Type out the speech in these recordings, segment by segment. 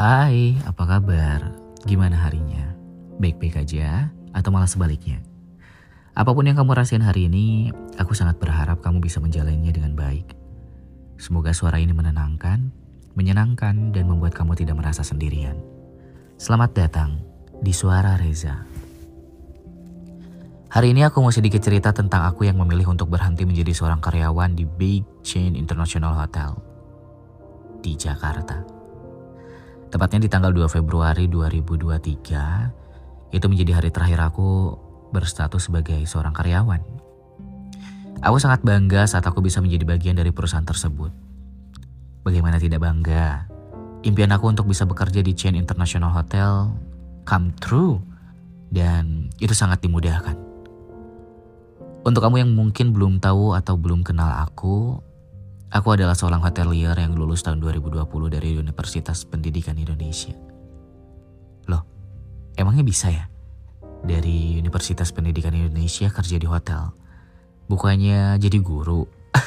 Hai, apa kabar? Gimana harinya? Baik-baik aja atau malah sebaliknya? Apapun yang kamu rasain hari ini, aku sangat berharap kamu bisa menjalannya dengan baik. Semoga suara ini menenangkan, menyenangkan, dan membuat kamu tidak merasa sendirian. Selamat datang di Suara Reza. Hari ini aku mau sedikit cerita tentang aku yang memilih untuk berhenti menjadi seorang karyawan di Big Chain International Hotel di Jakarta. Tepatnya di tanggal 2 Februari 2023, itu menjadi hari terakhir aku berstatus sebagai seorang karyawan. Aku sangat bangga saat aku bisa menjadi bagian dari perusahaan tersebut. Bagaimana tidak bangga? Impian aku untuk bisa bekerja di Chain International Hotel come true, dan itu sangat dimudahkan. Untuk kamu yang mungkin belum tahu atau belum kenal aku adalah seorang hotelier yang lulus tahun 2020 dari Universitas Pendidikan Indonesia. Loh, emangnya bisa ya? Dari Universitas Pendidikan Indonesia kerja di hotel? Bukannya jadi guru?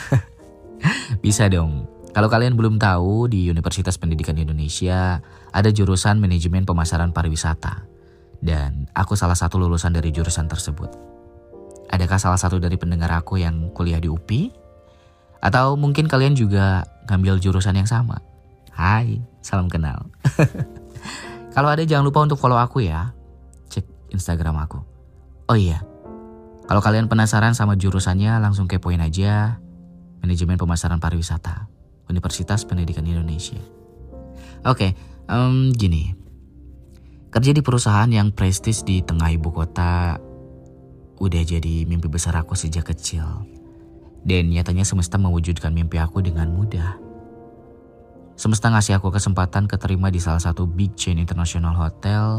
Bisa dong. Kalau kalian belum tahu, di Universitas Pendidikan Indonesia ada jurusan Manajemen Pemasaran Pariwisata. Dan aku salah satu lulusan dari jurusan tersebut. Adakah salah satu dari pendengar aku yang kuliah di UPI? Atau mungkin kalian juga ngambil jurusan yang sama? Hai, salam kenal. Kalau ada jangan lupa untuk follow aku ya. Cek Instagram aku. Oh iya, kalau kalian penasaran sama jurusannya langsung kepoin aja. Manajemen Pemasaran Pariwisata, Universitas Pendidikan Indonesia. Oke, gini. Kerja di perusahaan yang prestis di tengah ibu kota udah jadi mimpi besar aku sejak kecil. Dan nyatanya semesta mewujudkan mimpi aku dengan mudah. Semesta ngasih aku kesempatan keterima di salah satu Big Chain International Hotel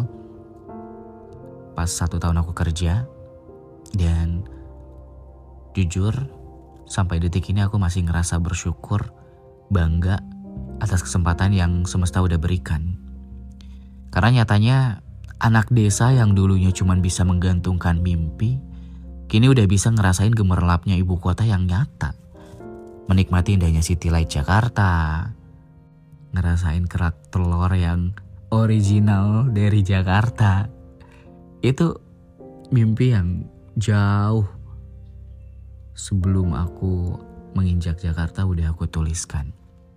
pas 1 tahun aku kerja. Dan jujur, sampai detik ini aku masih ngerasa bersyukur, bangga atas kesempatan yang semesta udah berikan. Karena nyatanya anak desa yang dulunya cuma bisa menggantungkan mimpi, kini udah bisa ngerasain gemerlapnya ibu kota yang nyata. Menikmati indahnya City Light Jakarta. Ngerasain kerak telur yang original dari Jakarta. Itu mimpi yang jauh sebelum aku menginjak Jakarta udah aku tuliskan.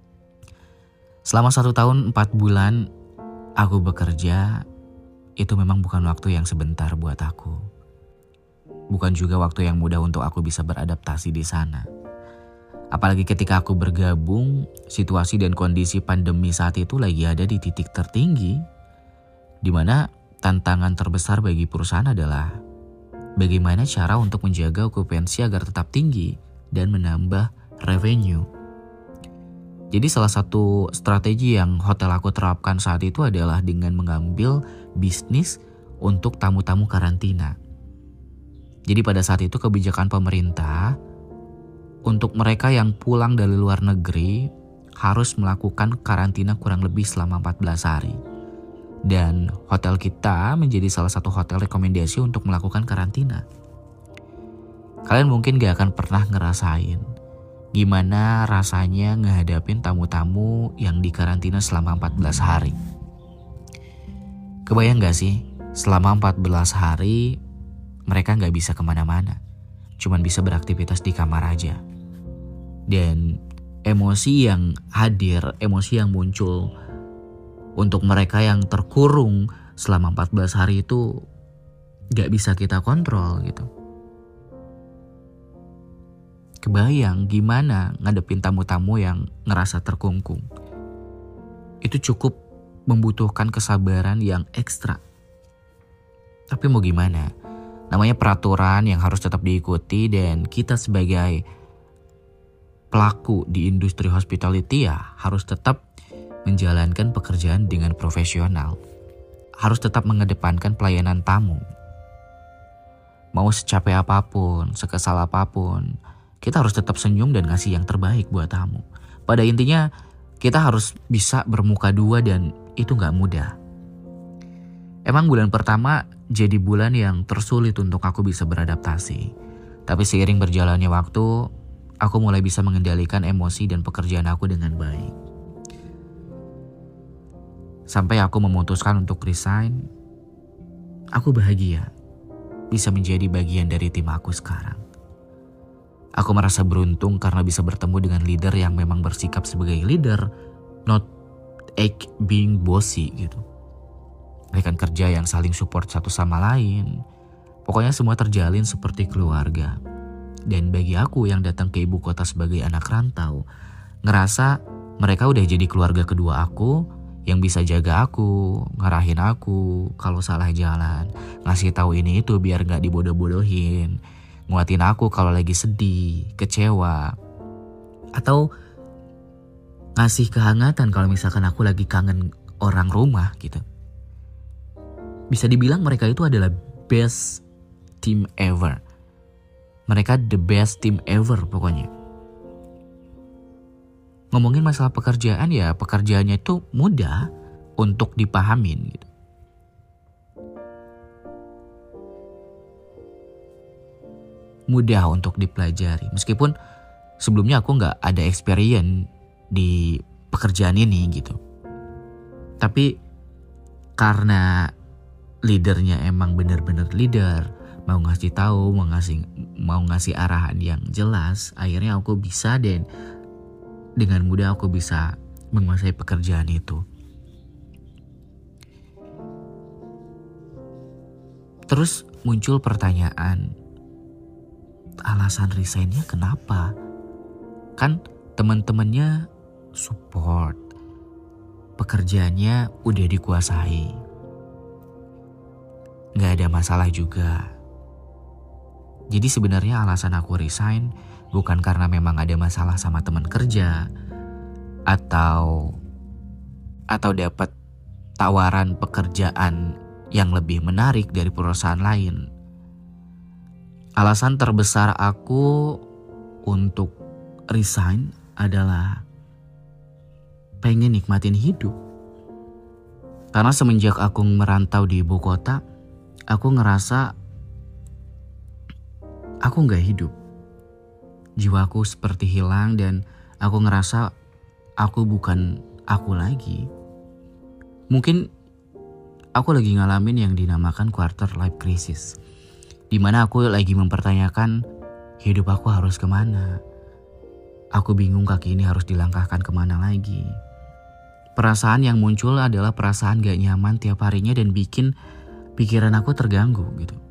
Selama 1 tahun 4 bulan aku bekerja, itu memang bukan waktu yang sebentar buat aku. Bukan juga waktu yang mudah untuk aku bisa beradaptasi di sana. Apalagi ketika aku bergabung, situasi dan kondisi pandemi saat itu lagi ada di titik tertinggi, di mana tantangan terbesar bagi perusahaan adalah bagaimana cara untuk menjaga okupansi agar tetap tinggi dan menambah revenue. Jadi salah satu strategi yang hotel aku terapkan saat itu adalah dengan mengambil bisnis untuk tamu-tamu karantina. Jadi pada saat itu kebijakan pemerintah untuk mereka yang pulang dari luar negeri harus melakukan karantina kurang lebih selama 14 hari. Dan hotel kita menjadi salah satu hotel rekomendasi untuk melakukan karantina. Kalian mungkin gak akan pernah ngerasain gimana rasanya ngehadapin tamu-tamu yang dikarantina selama 14 hari. Kebayang gak sih, selama 14 hari mereka gak bisa kemana-mana, cuman bisa beraktivitas di kamar aja. Dan emosi yang hadir, emosi yang muncul untuk mereka yang terkurung selama 14 hari itu gak bisa kita kontrol gitu. Kebayang gimana ngadepin tamu-tamu yang ngerasa terkungkung. Itu cukup membutuhkan kesabaran yang ekstra. Tapi mau gimana? Namanya peraturan yang harus tetap diikuti, dan kita sebagai pelaku di industri hospitality ya harus tetap menjalankan pekerjaan dengan profesional. Harus tetap mengedepankan pelayanan tamu. Mau secapek apapun, sekesal apapun, kita harus tetap senyum dan ngasih yang terbaik buat tamu. Pada intinya kita harus bisa bermuka dua, dan itu gak mudah. Emang bulan pertama jadi bulan yang tersulit untuk aku bisa beradaptasi. Tapi seiring berjalannya waktu, aku mulai bisa mengendalikan emosi dan pekerjaan aku dengan baik. Sampai aku memutuskan untuk resign, aku bahagia bisa menjadi bagian dari tim aku sekarang. Aku merasa beruntung karena bisa bertemu dengan leader yang memang bersikap sebagai leader, not act being bossy gitu. Rekan kerja yang saling support satu sama lain. Pokoknya semua terjalin seperti keluarga. Dan bagi aku yang datang ke ibu kota sebagai anak rantau, ngerasa mereka udah jadi keluarga kedua aku, yang bisa jaga aku, ngarahin aku kalau salah jalan, ngasih tahu ini itu biar gak dibodoh-bodohin, nguatin aku kalau lagi sedih, kecewa, atau ngasih kehangatan kalau misalkan aku lagi kangen orang rumah gitu. Bisa dibilang mereka itu adalah best team ever. Mereka the best team ever pokoknya. Ngomongin masalah pekerjaan ya, pekerjaannya itu mudah untuk dipahamin gitu. Mudah untuk dipelajari. Meskipun sebelumnya aku gak ada experience di pekerjaan ini gitu. Tapi karena leadernya emang bener-bener leader, mau ngasih tahu, mau ngasih arahan yang jelas, akhirnya aku bisa dan dengan mudah aku bisa menguasai pekerjaan itu. Terus muncul pertanyaan, alasan resignnya kenapa? Kan teman-temannya support, pekerjaannya udah dikuasai, gak ada masalah juga. Jadi sebenarnya alasan aku resign bukan karena memang ada masalah sama teman kerja atau dapat tawaran pekerjaan yang lebih menarik dari perusahaan lain. Alasan terbesar aku untuk resign adalah pengen nikmatin hidup. Karena semenjak aku merantau di ibu kota, aku ngerasa aku gak hidup. Jiwaku seperti hilang dan aku ngerasa aku bukan aku lagi. Mungkin aku lagi ngalamin yang dinamakan quarter life crisis. Dimana aku lagi mempertanyakan hidup aku harus kemana. Aku bingung kaki ini harus dilangkahkan kemana lagi. Perasaan yang muncul adalah perasaan gak nyaman tiap harinya dan bikin pikiran aku terganggu gitu.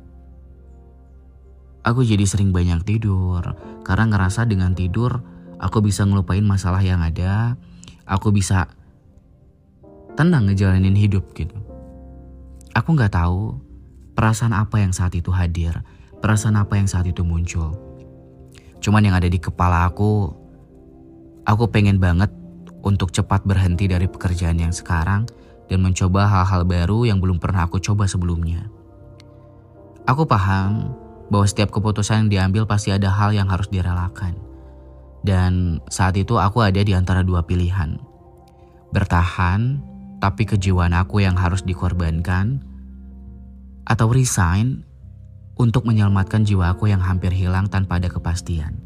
Aku jadi sering banyak tidur karena ngerasa dengan tidur aku bisa ngelupain masalah yang ada. Aku bisa tenang ngejalanin hidup gitu. Aku gak tahu perasaan apa yang saat itu hadir, perasaan apa yang saat itu muncul. Cuman yang ada di kepala aku pengen banget untuk cepat berhenti dari pekerjaan yang sekarang dan mencoba hal-hal baru yang belum pernah aku coba sebelumnya. Aku paham bahwa setiap keputusan yang diambil pasti ada hal yang harus direlakan. Dan saat itu aku ada di antara dua pilihan. Bertahan, tapi kejiwaan aku yang harus dikorbankan. Atau resign, untuk menyelamatkan jiwa aku yang hampir hilang tanpa ada kepastian.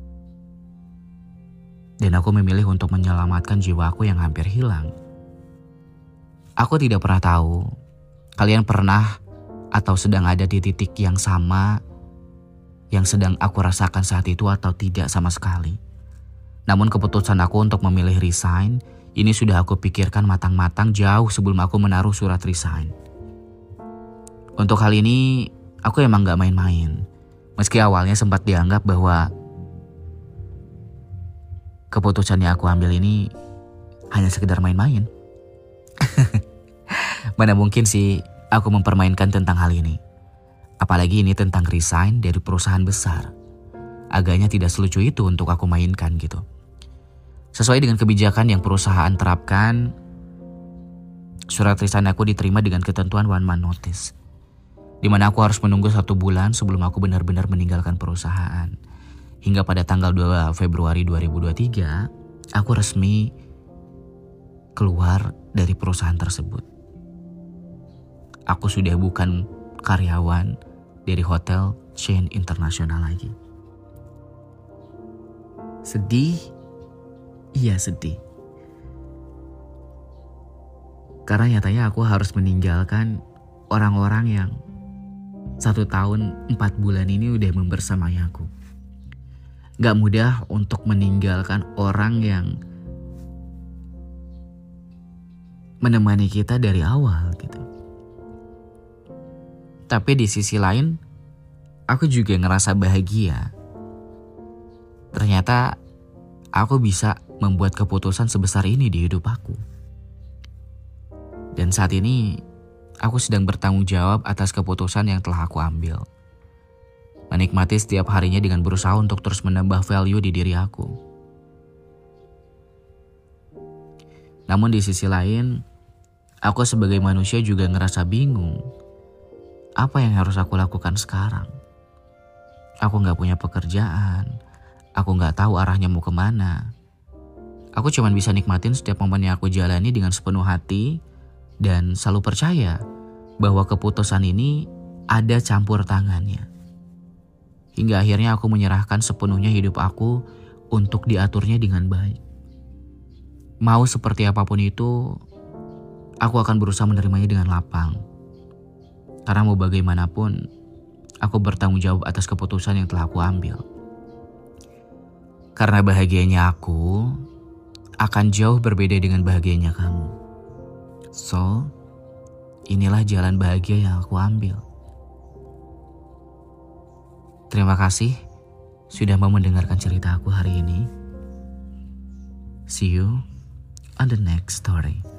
Dan aku memilih untuk menyelamatkan jiwa aku yang hampir hilang. Aku tidak pernah tahu, kalian pernah atau sedang ada di titik yang sama yang sedang aku rasakan saat itu atau tidak sama sekali. Namun keputusan aku untuk memilih resign ini sudah aku pikirkan matang-matang jauh sebelum aku menaruh surat resign. Untuk hal ini aku emang gak main-main. Meski awalnya sempat dianggap bahwa keputusan yang aku ambil ini hanya sekedar main-main. Mana mungkin sih aku mempermainkan tentang hal ini. Apalagi ini tentang resign dari perusahaan besar. Agaknya tidak selucu itu untuk aku mainkan gitu. Sesuai dengan kebijakan yang perusahaan terapkan, surat resign aku diterima dengan ketentuan one month notice. Di mana aku harus menunggu 1 bulan sebelum aku benar-benar meninggalkan perusahaan. Hingga pada tanggal 2 Februari 2023, aku resmi keluar dari perusahaan tersebut. Aku sudah bukan karyawan dari hotel chain internasional lagi. Sedih? Iya sedih. Karena nyatanya aku harus meninggalkan orang-orang yang 1 tahun 4 bulan ini udah membersamai aku. Gak mudah untuk meninggalkan orang yang menemani kita dari awal gitu. Tapi di sisi lain, aku juga ngerasa bahagia. Ternyata aku bisa membuat keputusan sebesar ini di hidup aku. Dan saat ini, aku sedang bertanggung jawab atas keputusan yang telah aku ambil. Menikmati setiap harinya dengan berusaha untuk terus menambah value di diri aku. Namun di sisi lain, aku sebagai manusia juga ngerasa bingung. Apa yang harus aku lakukan sekarang? Aku gak punya pekerjaan. Aku gak tahu arahnya mau kemana. Aku cuma bisa nikmatin setiap momen yang aku jalani dengan sepenuh hati. Dan selalu percaya bahwa keputusan ini ada campur tangannya. Hingga akhirnya aku menyerahkan sepenuhnya hidup aku untuk diaturnya dengan baik. Mau seperti apapun itu, aku akan berusaha menerimanya dengan lapang. Karena mau bagaimanapun, aku bertanggung jawab atas keputusan yang telah aku ambil. Karena bahagianya aku akan jauh berbeda dengan bahagianya kamu. So, inilah jalan bahagia yang aku ambil. Terima kasih sudah mau mendengarkan cerita aku hari ini. See you on the next story.